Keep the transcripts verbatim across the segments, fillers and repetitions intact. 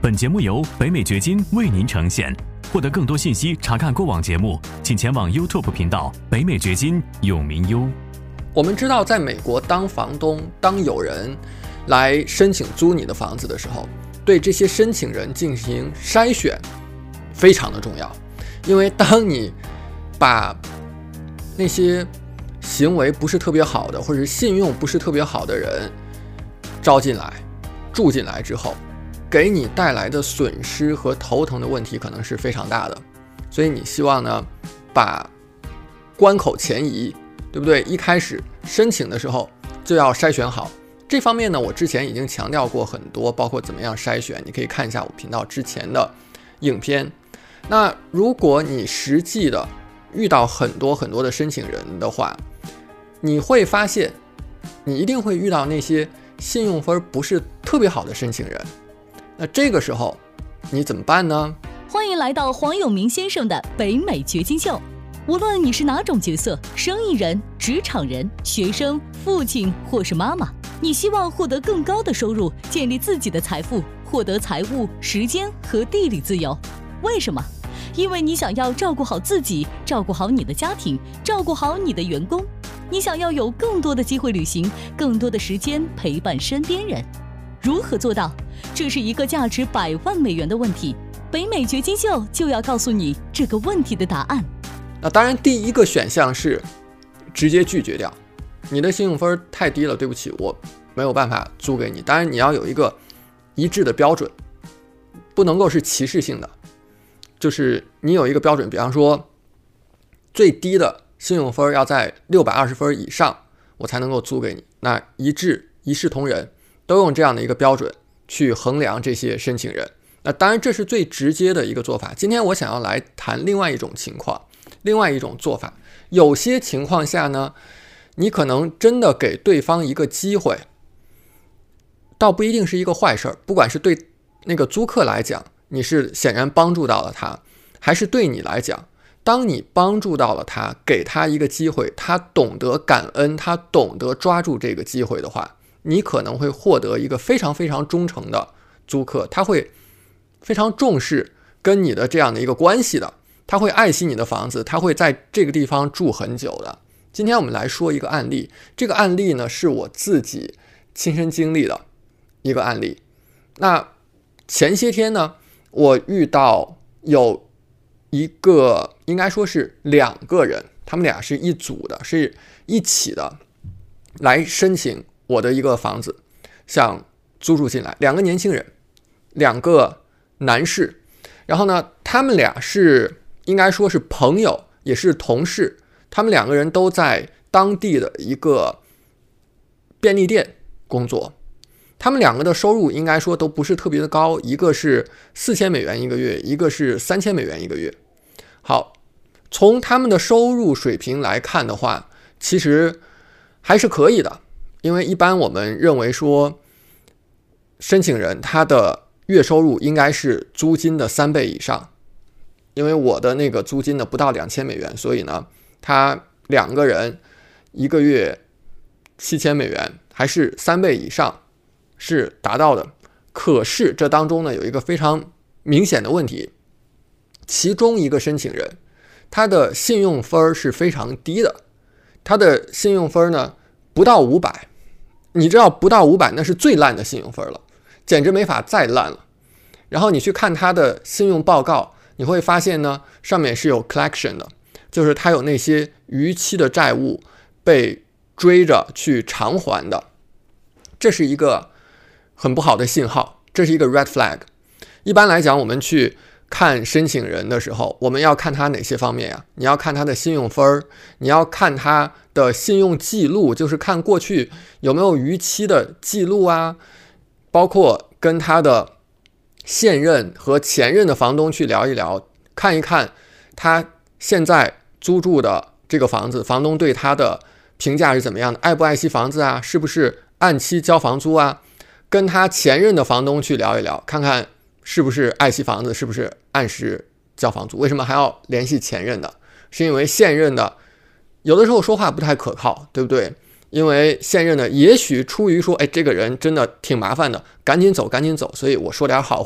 本节目由北美掘金为您呈现。获得更多信息，查看过往节目，请前往 YouTube 频道北美掘金永明优。 我们知道，在美国当房东，当有人来申请租你的房子的时候，对这些申请人进行筛选非常的重要。因为当你把那些行为不是特别好的，或者是信用不是特别好的人招进来住进来之后，给你带来的损失和头疼的问题可能是非常大的。所以你希望呢，把关口前移，对不对？一开始申请的时候就要筛选好。这方面呢，我之前已经强调过很多，包括怎么样筛选，你可以看一下我频道之前的影片。那如果你实际的遇到很多很多的申请人的话，你会发现你一定会遇到那些信用分不是特别好的申请人。那这个时候你怎么办呢？ 欢迎来到黄永明先生的北美掘金秀。无论你是哪种角色，生意人、职场人、学生、父亲或是妈妈，你希望获得更高的收入，建立自己的财富，获得财务、时间和地理自由。为什么？因为你想要照顾好自己，照顾好你的家庭，照顾好你的员工。你想要有更多的机会旅行，更多的时间陪伴身边人。如何做到？这是一个价值百万美元的问题。北美掘金秀就要告诉你这个问题的答案。 那当然，第一个选项是直接拒绝掉，你的信用分太低了，对不起，我没有办法租给你。当然，你要有一个一致的标准，不能够是歧视性的，就是你有一个标准，比方说最低的信用分要在六百二十分以上，我才能够租给你。那一致一视同仁，都用这样的一个标准去衡量这些申请人。那当然这是最直接的一个做法。今天我想要来谈另外一种情况，另外一种做法。有些情况下呢，你可能真的给对方一个机会，倒不一定是一个坏事儿。不管是对那个租客来讲，你是显然帮助到了他，还是对你来讲，当你帮助到了他，给他一个机会，他懂得感恩，他懂得抓住这个机会的话，你可能会获得一个非常非常忠诚的租客，他会非常重视跟你的这样的一个关系的，他会爱惜你的房子，他会在这个地方住很久的。今天我们来说一个案例，这个案例呢是我自己亲身经历的一个案例。那前些天呢，我遇到有一个应该说是两个人，他们俩是一组的，是一起的来申请我的一个房子，想租住进来。两个年轻人，两个男士，然后呢，他们俩是应该说是朋友，也是同事。他们两个人都在当地的一个便利店工作。他们两个的收入应该说都不是特别的高，一个是四千美元一个月，一个是三千美元一个月。好，从他们的收入水平来看的话，其实还是可以的。因为一般我们认为说，申请人他的月收入应该是租金的三倍以上。因为我的那个租金呢不到两千美元，所以呢，他两个人一个月七千美元，还是三倍以上是达到的。可是这当中呢有一个非常明显的问题，其中一个申请人他的信用分是非常低的，他的信用分呢不到五百。你知道不到五百那是最烂的信用分了，简直没法再烂了。然后你去看他的信用报告，你会发现呢上面是有 collection 的，就是他有那些逾期的债务被追着去偿还的。这是一个很不好的信号，这是一个 red flag。 一般来讲，我们去看申请人的时候，我们要看他哪些方面呀？你要看他的信用分，你要看他的信用记录，就是看过去有没有逾期的记录啊，包括跟他的现任和前任的房东去聊一聊，看一看他现在租住的这个房子，房东对他的评价是怎么样的，爱不爱惜房子啊，是不是按期交房租啊，跟他前任的房东去聊一聊，看看是不是爱惜房子，是不是按时交房租。为什么还要联系前任的？是因为现任的有的时候说话不太可靠，对不对？因为现任的也许出于说，哎，这个人真的挺麻烦的，赶紧走赶紧走，所以我说点好话。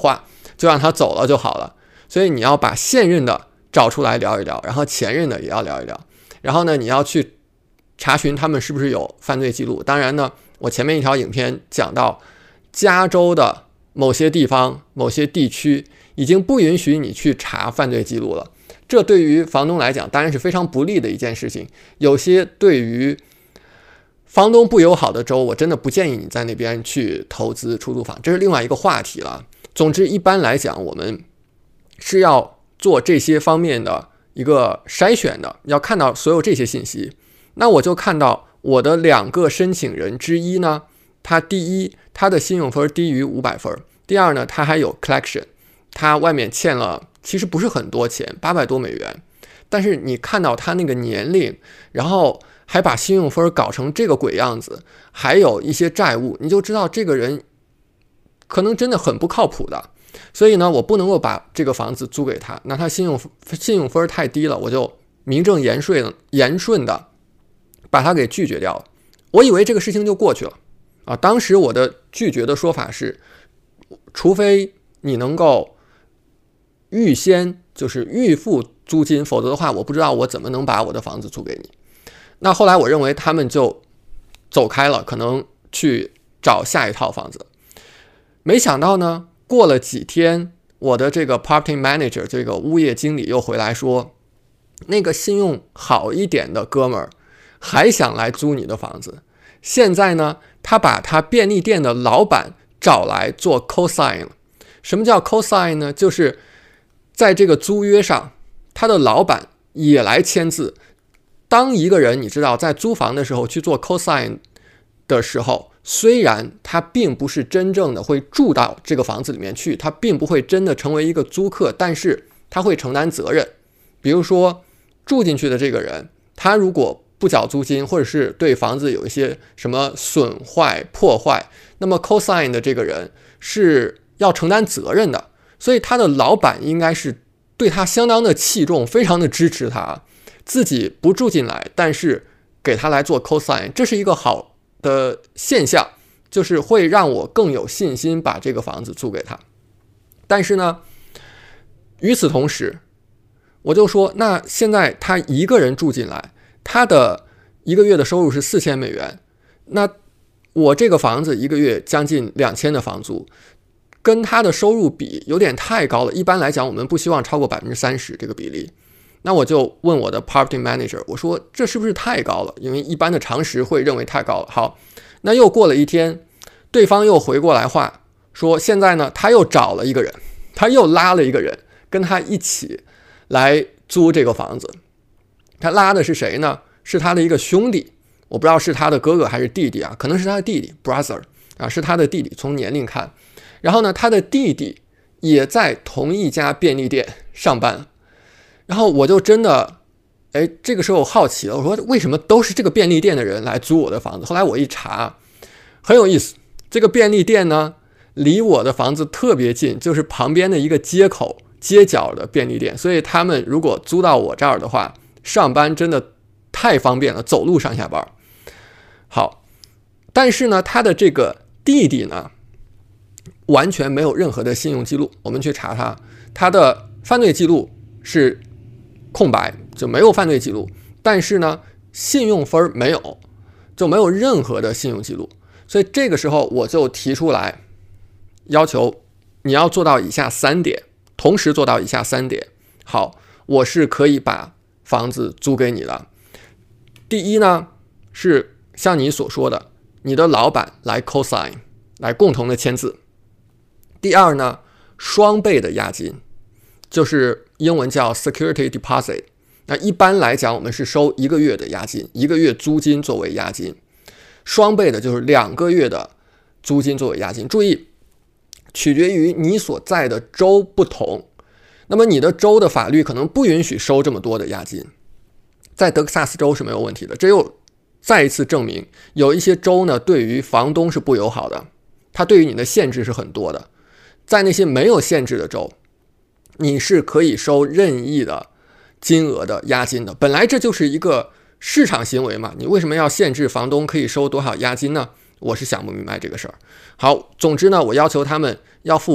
就让他走了就好了。所以你要把现任的找出来聊一聊，然后前任的也要聊一聊，然后呢，你要去查询他们是不是有犯罪记录。当然呢，我前面一条影片讲到，加州的某些地方、某些地区已经不允许你去查犯罪记录了。这对于房东来讲当然是非常不利的一件事情。有些对于房东不友好的州，我真的不建议你在那边去投资出租房，这是另外一个话题了。总之，一般来讲，我们是要做这些方面的一个筛选的，要看到所有这些信息。那我就看到我的两个申请人之一呢，他第一，他的信用分低于五百分；第二呢，他还有 collection， 他外面欠了其实不是很多钱，八百多美元。但是你看到他那个年龄，然后还把信用分搞成这个鬼样子，还有一些债务，你就知道这个人可能真的很不靠谱的。所以呢，我不能够把这个房子租给他，那他信用信用分太低了，我就名正言顺言顺的把他给拒绝掉了。我以为这个事情就过去了啊！当时我的拒绝的说法是，除非你能够预先就是预付租金，否则的话，我不知道我怎么能把我的房子租给你。那后来我认为他们就走开了，可能去找下一套房子。没想到呢，过了几天，我的这个 property manager 这个物业经理又回来说，那个信用好一点的哥们儿还想来租你的房子。现在呢，他把他便利店的老板找来做 cosign 了。什么叫 cosign 呢？就是在这个租约上，他的老板也来签字。当一个人你知道在租房的时候去做 cosign 的时候，虽然他并不是真正的会住到这个房子里面去，他并不会真的成为一个租客，但是他会承担责任。比如说住进去的这个人，他如果不缴租金，或者是对房子有一些什么损坏破坏，那么 cosign 的这个人是要承担责任的。所以他的老板应该是对他相当的器重，非常的支持他，自己不住进来，但是给他来做 cosign， 这是一个好的现象，就是会让我更有信心把这个房子租给他。但是呢，与此同时，我就说，那现在他一个人住进来，他的一个月的收入是四千美元，那我这个房子一个月将近两千的房租，跟他的收入比有点太高了。一般来讲，我们不希望超过 百分之三十 这个比例。那我就问我的 property manager， 我说这是不是太高了？因为一般的常识会认为太高了。好，那又过了一天，对方又回过来话说，现在呢，他又找了一个人，他又拉了一个人跟他一起来租这个房子。他拉的是谁呢？是他的一个兄弟，我不知道是他的哥哥还是弟弟啊，可能是他的弟弟 brother 啊，是他的弟弟，从年龄看。然后呢，他的弟弟也在同一家便利店上班。然后我就真的，哎，这个时候好奇了，我说为什么都是这个便利店的人来租我的房子？后来我一查，很有意思，这个便利店呢，离我的房子特别近，就是旁边的一个街口街角的便利店，所以他们如果租到我这儿的话，上班真的太方便了，走路上下班。好，但是呢，他的这个弟弟呢，完全没有任何的信用记录。我们去查他，他的犯罪记录是空白，就没有犯罪记录，但是呢，信用分没有，就没有任何的信用记录。所以这个时候我就提出来，要求你要做到以下三点，同时做到以下三点。好，我是可以把房子租给你的。第一呢，是像你所说的，你的老板来 cosign， 来共同的签字。第二呢，双倍的押金，就是英文叫 security deposit。那一般来讲，我们是收一个月的押金，一个月租金作为押金。双倍的就是两个月的租金作为押金。注意，取决于你所在的州不同。那么你的州的法律可能不允许收这么多的押金，在德克萨斯州是没有问题的。这又再一次证明，有一些州呢对于房东是不友好的，它对于你的限制是很多的。在那些没有限制的州，你是可以收任意的金额的押金的。本来这就是一个市场行为嘛，你为什么要限制房东可以收多少押金呢？我是想不明白这个事儿。好，总之呢，我要求他们要付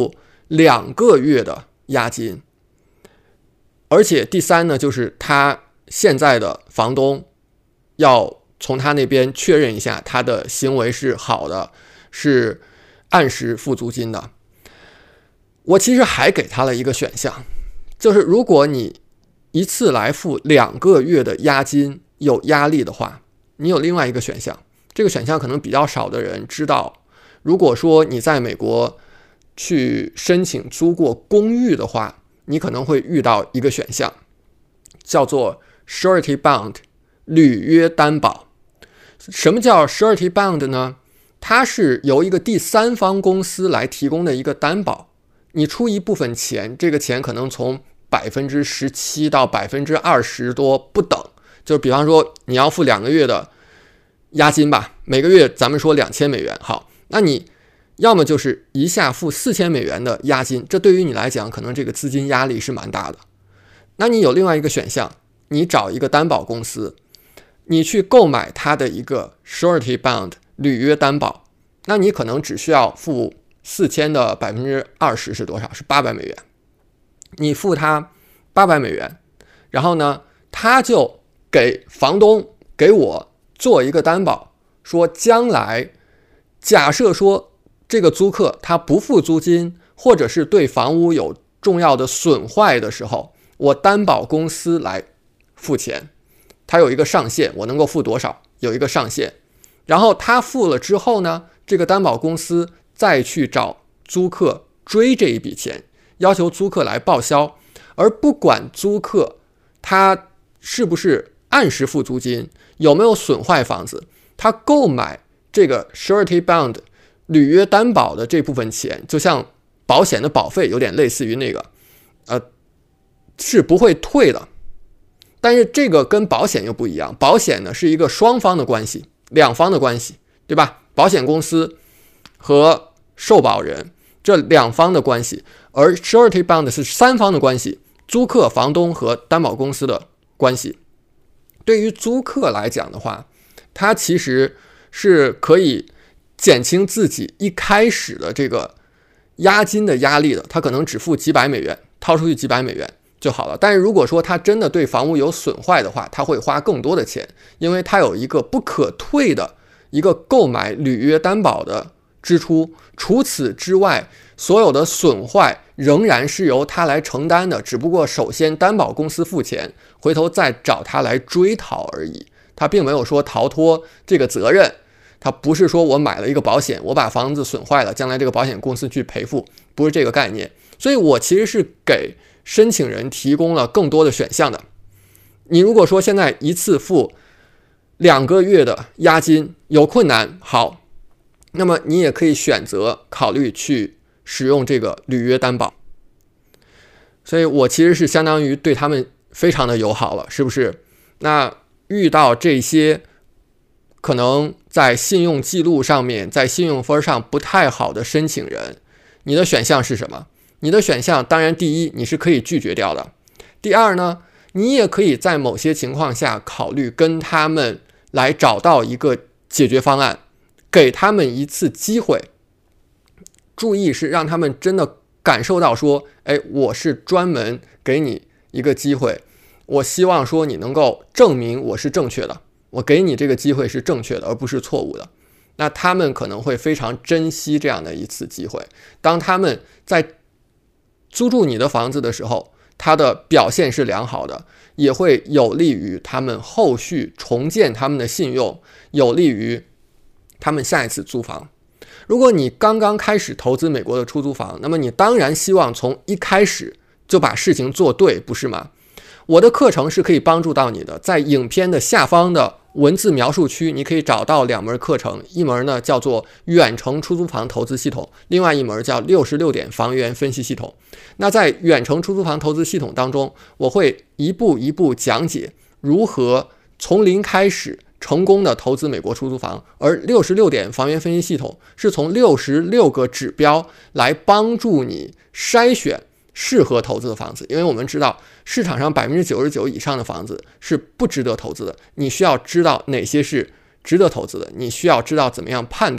两个月的押金，而且第三呢，就是他现在的房东要从他那边确认一下他的行为是好的，是按时付租金的。我其实还给他了一个选项，就是如果你一次来付两个月的押金有压力的话，你有另外一个选项，这个选项可能比较少的人知道。如果说你在美国去申请租过公寓的话，你可能会遇到一个选项，叫做 surety bond 履约担保。什么叫 surety bond 呢？它是由一个第三方公司来提供的一个担保，你出一部分钱，这个钱可能从百分之十七到百分之二十多不等。就比方说你要付两个月的押金吧，每个月咱们说两千美元，好，那你要么就是一下付四千美元的押金，这对于你来讲可能这个资金压力是蛮大的。那你有另外一个选项，你找一个担保公司，你去购买它的一个 surety bond 履约担保，那你可能只需要付四千的百分之二十是多少？是八百美元。你付他八百美元，然后呢，他就给房东给我做一个担保，说将来假设说这个租客他不付租金，或者是对房屋有重要的损坏的时候，我担保公司来付钱，他有一个上限，我能够付多少，有一个上限。然后他付了之后呢，这个担保公司再去找租客追这一笔钱，要求租客来报销。而不管租客他是不是按时付租金，有没有损坏房子，他购买这个 surety bond 履约担保的这部分钱，就像保险的保费，有点类似于那个呃，是不会退的。但是这个跟保险又不一样，保险呢是一个双方的关系，两方的关系，对吧？保险公司和受保人这两方的关系，而 surety bond 是三方的关系，租客、房东和担保公司的关系。对于租客来讲的话，他其实是可以减轻自己一开始的这个押金的压力的，他可能只付几百美元，掏出去几百美元就好了。但是如果说他真的对房屋有损坏的话，他会花更多的钱，因为他有一个不可退的一个购买履约担保的支出。除此之外，所有的损坏仍然是由他来承担的，只不过首先担保公司付钱，回头再找他来追讨而已。他并没有说逃脱这个责任，他不是说我买了一个保险，我把房子损坏了，将来这个保险公司去赔付，不是这个概念。所以我其实是给申请人提供了更多的选项的。你如果说现在一次付两个月的押金有困难，好，那么你也可以选择考虑去使用这个履约担保。所以我其实是相当于对他们非常的友好了，是不是？那遇到这些可能在信用记录上面，在信用分上不太好的申请人，你的选项是什么？你的选项当然第一，你是可以拒绝掉的。第二呢，你也可以在某些情况下考虑跟他们来找到一个解决方案，给他们一次机会。注意是让他们真的感受到说，哎，我是专门给你一个机会，我希望说你能够证明我是正确的，我给你这个机会是正确的，而不是错误的。那他们可能会非常珍惜这样的一次机会。当他们在租住你的房子的时候，他的表现是良好的，也会有利于他们后续重建他们的信用，有利于他们下一次租房。如果你刚刚开始投资美国的出租房，那么你当然希望从一开始就把事情做对，不是吗？我的课程是可以帮助到你的，在影片的下方的文字描述区，你可以找到两门课程，一门呢叫做远程出租房投资系统，另外一门叫六十六点房源分析系统。那在远程出租房投资系统当中，我会一步一步讲解如何从零开始成功的投资美国出租房，而六十六点房源分析系统是从六十六个指标来帮助你筛选适合投资的房子。因为我们知道市场上 百分之九十九 以上的房子是不值得投资的，你需要知道哪些是值得投资的，你需要知道怎么样判断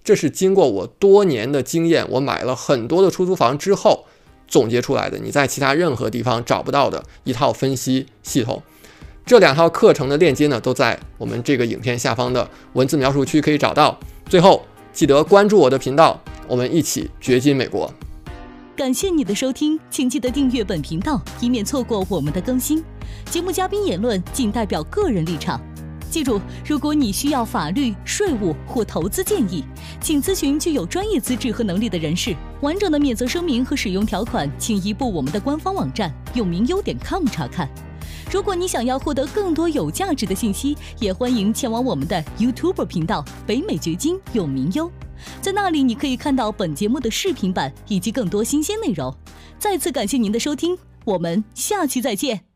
这是经过我多年的经验，我买了很多的出租房之后总结出来的，你在其他任何地方找不到的一套分析系统。这两套课程的链接呢，都在我们这个影片下方的文字描述区可以找到。最后记得关注我的频道，我们一起掘金美国。 感谢你的收听，请记得订阅本频道，以免错过我们的更新。节目嘉宾言论仅代表个人立场。记住，如果你需要法律、税务或投资建议，请咨询具有专业资质和能力的人士。完整的免责声明和使用条款，请移步我们的官方网站永明优点 com 查看。如果你想要获得更多有价值的信息，也欢迎前往我们的 YouTube 频道北美掘金永明优，在那里你可以看到本节目的视频版以及更多新鲜内容。再次感谢您的收听，我们下期再见。